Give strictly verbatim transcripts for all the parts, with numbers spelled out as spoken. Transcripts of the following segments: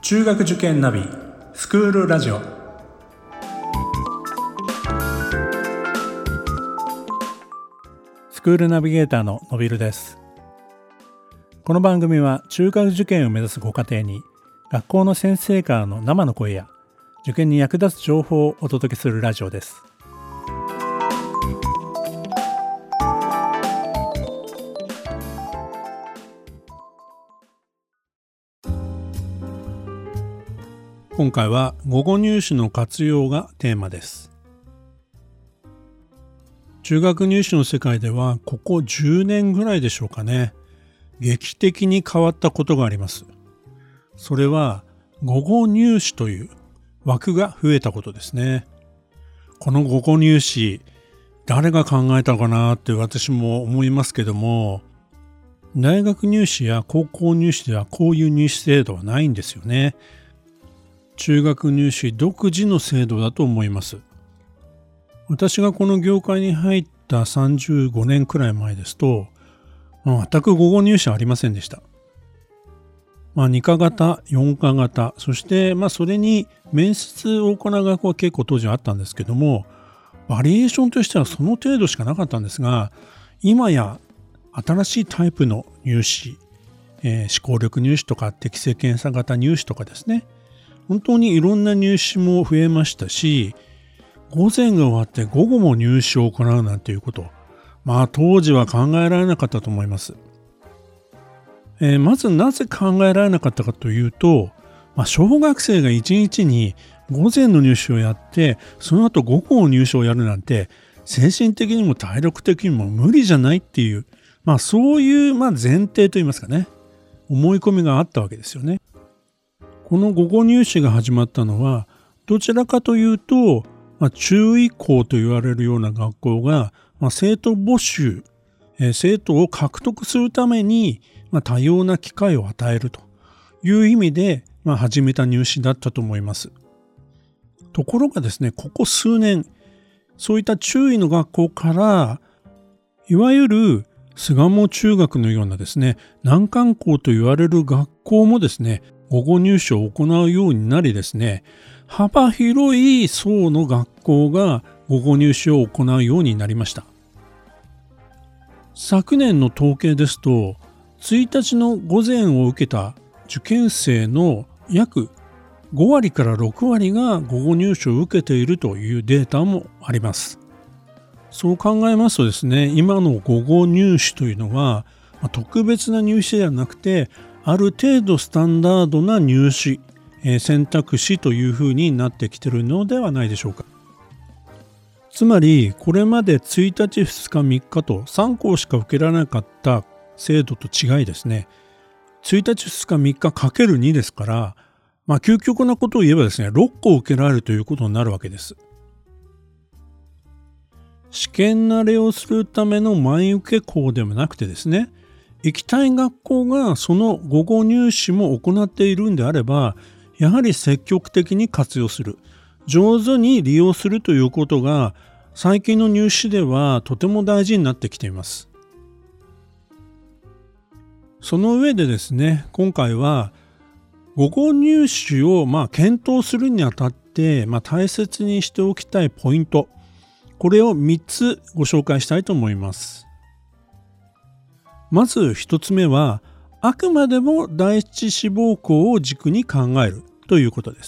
中学受験ナビスクールラジオ。スクールナビゲーターののびるです。この番組は中学受験を目指すご家庭に学校の先生からの生の声や受験に役立つ情報をお届けするラジオです。今回は午後入試の活用がテーマです。中学入試の世界ではここじゅうねんぐらいでしょうかね、劇的に変わったことがあります。それは午後入試という枠が増えたことですね。この午後入試、誰が考えたかなって私も思いますけども、大学入試や高校入試ではこういう入試制度はないんですよね。中学入試独自の制度だと思います。私がこの業界に入ったさんじゅうごねんくらい前ですと、まあ、全く午後入試はありませんでした。まあ、にか型、よんか型、そしてまあそれに面接を行う学校は結構当時はあったんですけども、バリエーションとしてはその程度しかなかったんですが、今や新しいタイプの入試、えー、思考力入試とか適性検査型入試とかですね、本当にいろんな入試も増えましたし、午前が終わって午後も入試を行うなんていうこと、まあ当時は考えられなかったと思います。えー、まずなぜ考えられなかったかというと、まあ、小学生がいちにちに午前の入試をやって、その後午後の入試をやるなんて、精神的にも体力的にも無理じゃないっていう、まあそういうまあ前提といいますかね、思い込みがあったわけですよね。この午後入試が始まったのは、どちらかというと、まあ、中医校と言われるような学校が、まあ、生徒募集、えー、生徒を獲得するために、まあ、多様な機会を与えるという意味で、まあ、始めた入試だったと思います。ところがですね、ここ数年、そういった中医の学校から、いわゆる巣鴨中学のようなですね、難関校と言われる学校もですね、午後入試を行うようになりですね、幅広い層の学校が午後入試を行うようになりました。昨年の統計ですと、ついたちの午前を受けた受験生の約ごわりからろくわりが午後入試を受けているというデータもあります。そう考えますとですね、今の午後入試というのは、特別な入試ではなくて、ある程度スタンダードな入試、えー、選択肢というふうになってきているのではないでしょうか。つまりこれまでついたちふつかみっかとさんこうしか受けられなかった制度と違いですね、ついたちふつかみっか かけるに ですから、まあ究極なことを言えばですね、ろっこ受けられるということになるわけです。試験慣れをするための前受け校ではなくてですね、行きたい学校がその午後入試も行っているんであれば、やはり積極的に活用する、上手に利用するということが最近の入試ではとても大事になってきています。その上でですね、今回は午後入試をまあ検討するにあたって、まあ、大切にしておきたいポイント、これをみっつご紹介したいと思います。まず一つ目は、あくまでも第一志望校を軸に考えるということです。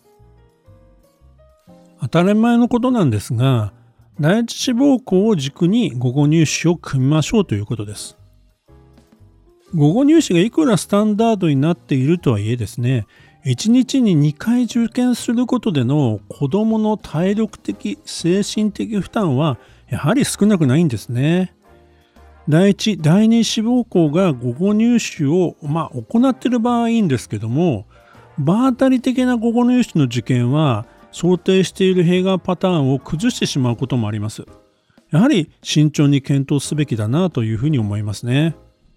当たり前のことなんですが、第一志望校を軸に午後入試を組みましょうということです。午後入試がいくらスタンダードになっているとはいえですね、いちにちににかい受験することでの子どもの体力的、精神的負担はやはり少なくないんですね。第一、第二志望校が午後入試を、まあ、行っている場合はいいんですけども、場当たり的な午後入試の受験は想定している併願パターンを崩してしまうこともあります。やはり慎重に検討すべきだなというふうに思いますね。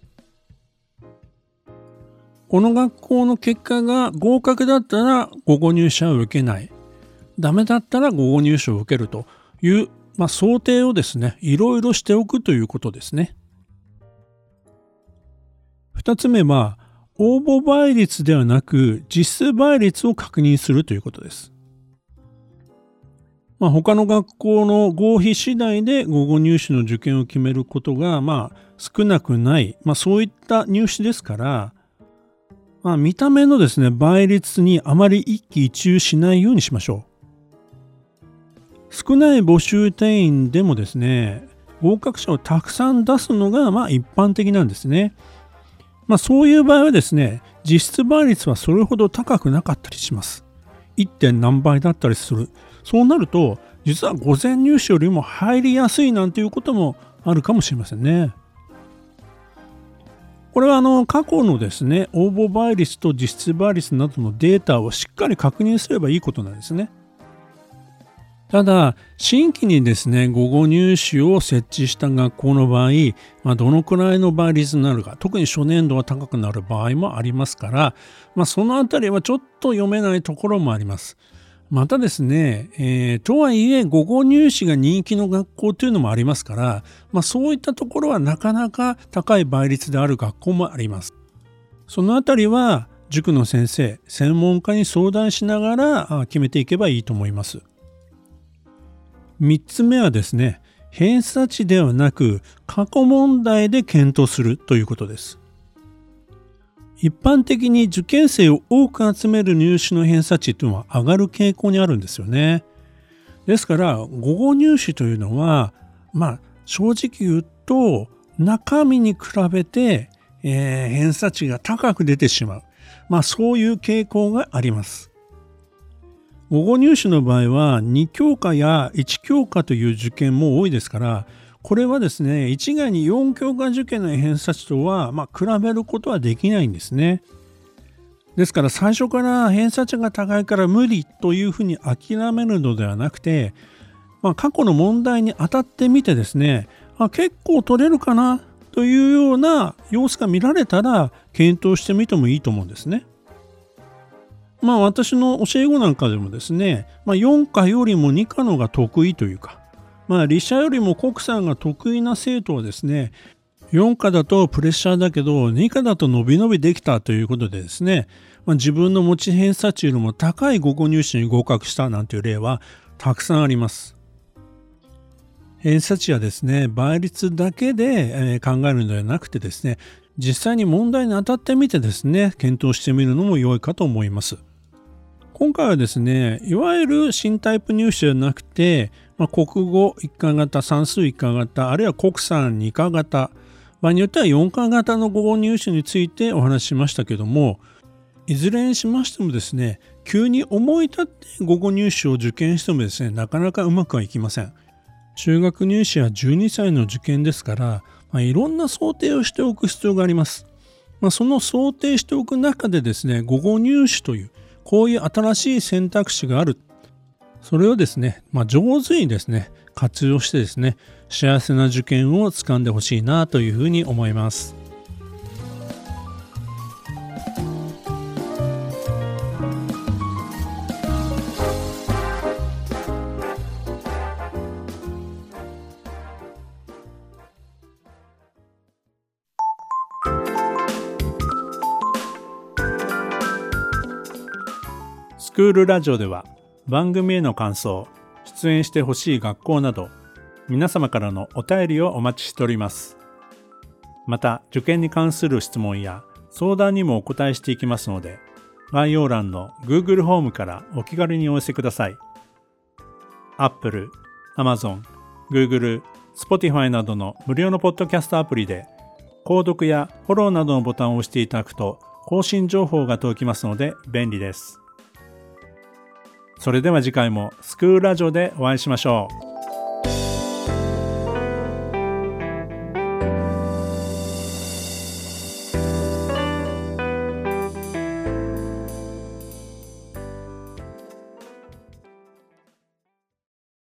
この学校の結果が合格だったら午後入試は受けない、ダメだったら午後入試を受けるという、まあ、想定をですね、いろいろしておくということですね。ふたつめは、 応募倍率ではなく実数倍率を確認するということです。まあ、他の学校の合否次第で午後入試の受験を決めることがまあ少なくない、まあ、そういった入試ですから、まあ、見た目のですね倍率にあまり一喜一憂しないようにしましょう。少ない募集定員でもですね合格者をたくさん出すのがまあ一般的なんですね。まあ、そういう場合はですね実質倍率はそれほど高くなかったりします。いってん何倍だったりする。そうなると実は午前入試よりも入りやすいなんていうこともあるかもしれませんね。これはあの過去のですね応募倍率と実質倍率などのデータをしっかり確認すればいいことなんですね。ただ新規にですね午後入試を設置した学校の場合、まあ、どのくらいの倍率になるか、特に初年度は高くなる場合もありますから、まあ、そのあたりはちょっと読めないところもあります。またですね、えー、とはいえ午後入試が人気の学校というのもありますから、まあ、そういったところはなかなか高い倍率である学校もあります。そのあたりは塾の先生、専門家に相談しながら決めていけばいいと思います。みっつめはですね、偏差値ではなく過去問題で検討するということです。一般的に受験生を多く集める入試の偏差値というのは上がる傾向にあるんですよね。ですから午後入試というのはまあ正直言うと中身に比べて、えー、偏差値が高く出てしまう、まあそういう傾向があります。午後入試の場合はに教科やいち教科という受験も多いですから、これはですね一概によん教科受験の偏差値とは、まあ、比べることはできないんですね。ですから最初から偏差値が高いから無理というふうに諦めるのではなくて、まあ、過去の問題に当たってみてですね、あ結構取れるかなというような様子が見られたら検討してみてもいいと思うんですね。まあ私の教え子なんかでもですね、まあ、よん科よりもに科のが得意というか、まあ理社よりも国産が得意な生徒はですね、よん科だとプレッシャーだけどに科だと伸び伸びできたということでですね、まあ、自分の持ち偏差値よりも高い午後入試に合格したなんていう例はたくさんあります。偏差値はですね、倍率だけで考えるのではなくてですね、実際に問題に当たってみてですね、検討してみるのも良いかと思います。今回はですね、いわゆる新タイプ入試ではなくて、まあ、国語いっ科型、算数いっ科型、あるいは国産に科型、場合によってはよん科型の午後入試についてお話ししましたけども、いずれにしましてもですね、急に思い立って午後入試を受験してもですね、なかなかうまくはいきません。中学入試はじゅうにさいの受験ですから、まあ、いろんな想定をしておく必要があります。まあ、その想定しておく中でですね、午後入試というこういう新しい選択肢がある。それをですね、まあ、上手にですね、活用してですね、幸せな受験をつかんでほしいなというふうに思います。スクールラジオでは番組への感想、出演してほしい学校など皆様からのお便りをお待ちしております。また受験に関する質問や相談にもお答えしていきますので、概要欄の Google ホームからお気軽にお寄せください。Apple、Amazon、Google、Spotify などの無料のポッドキャストアプリで購読やフォローなどのボタンを押していただくと更新情報が届きますので便利です。それでは次回もスクールラジオでお会いしましょう。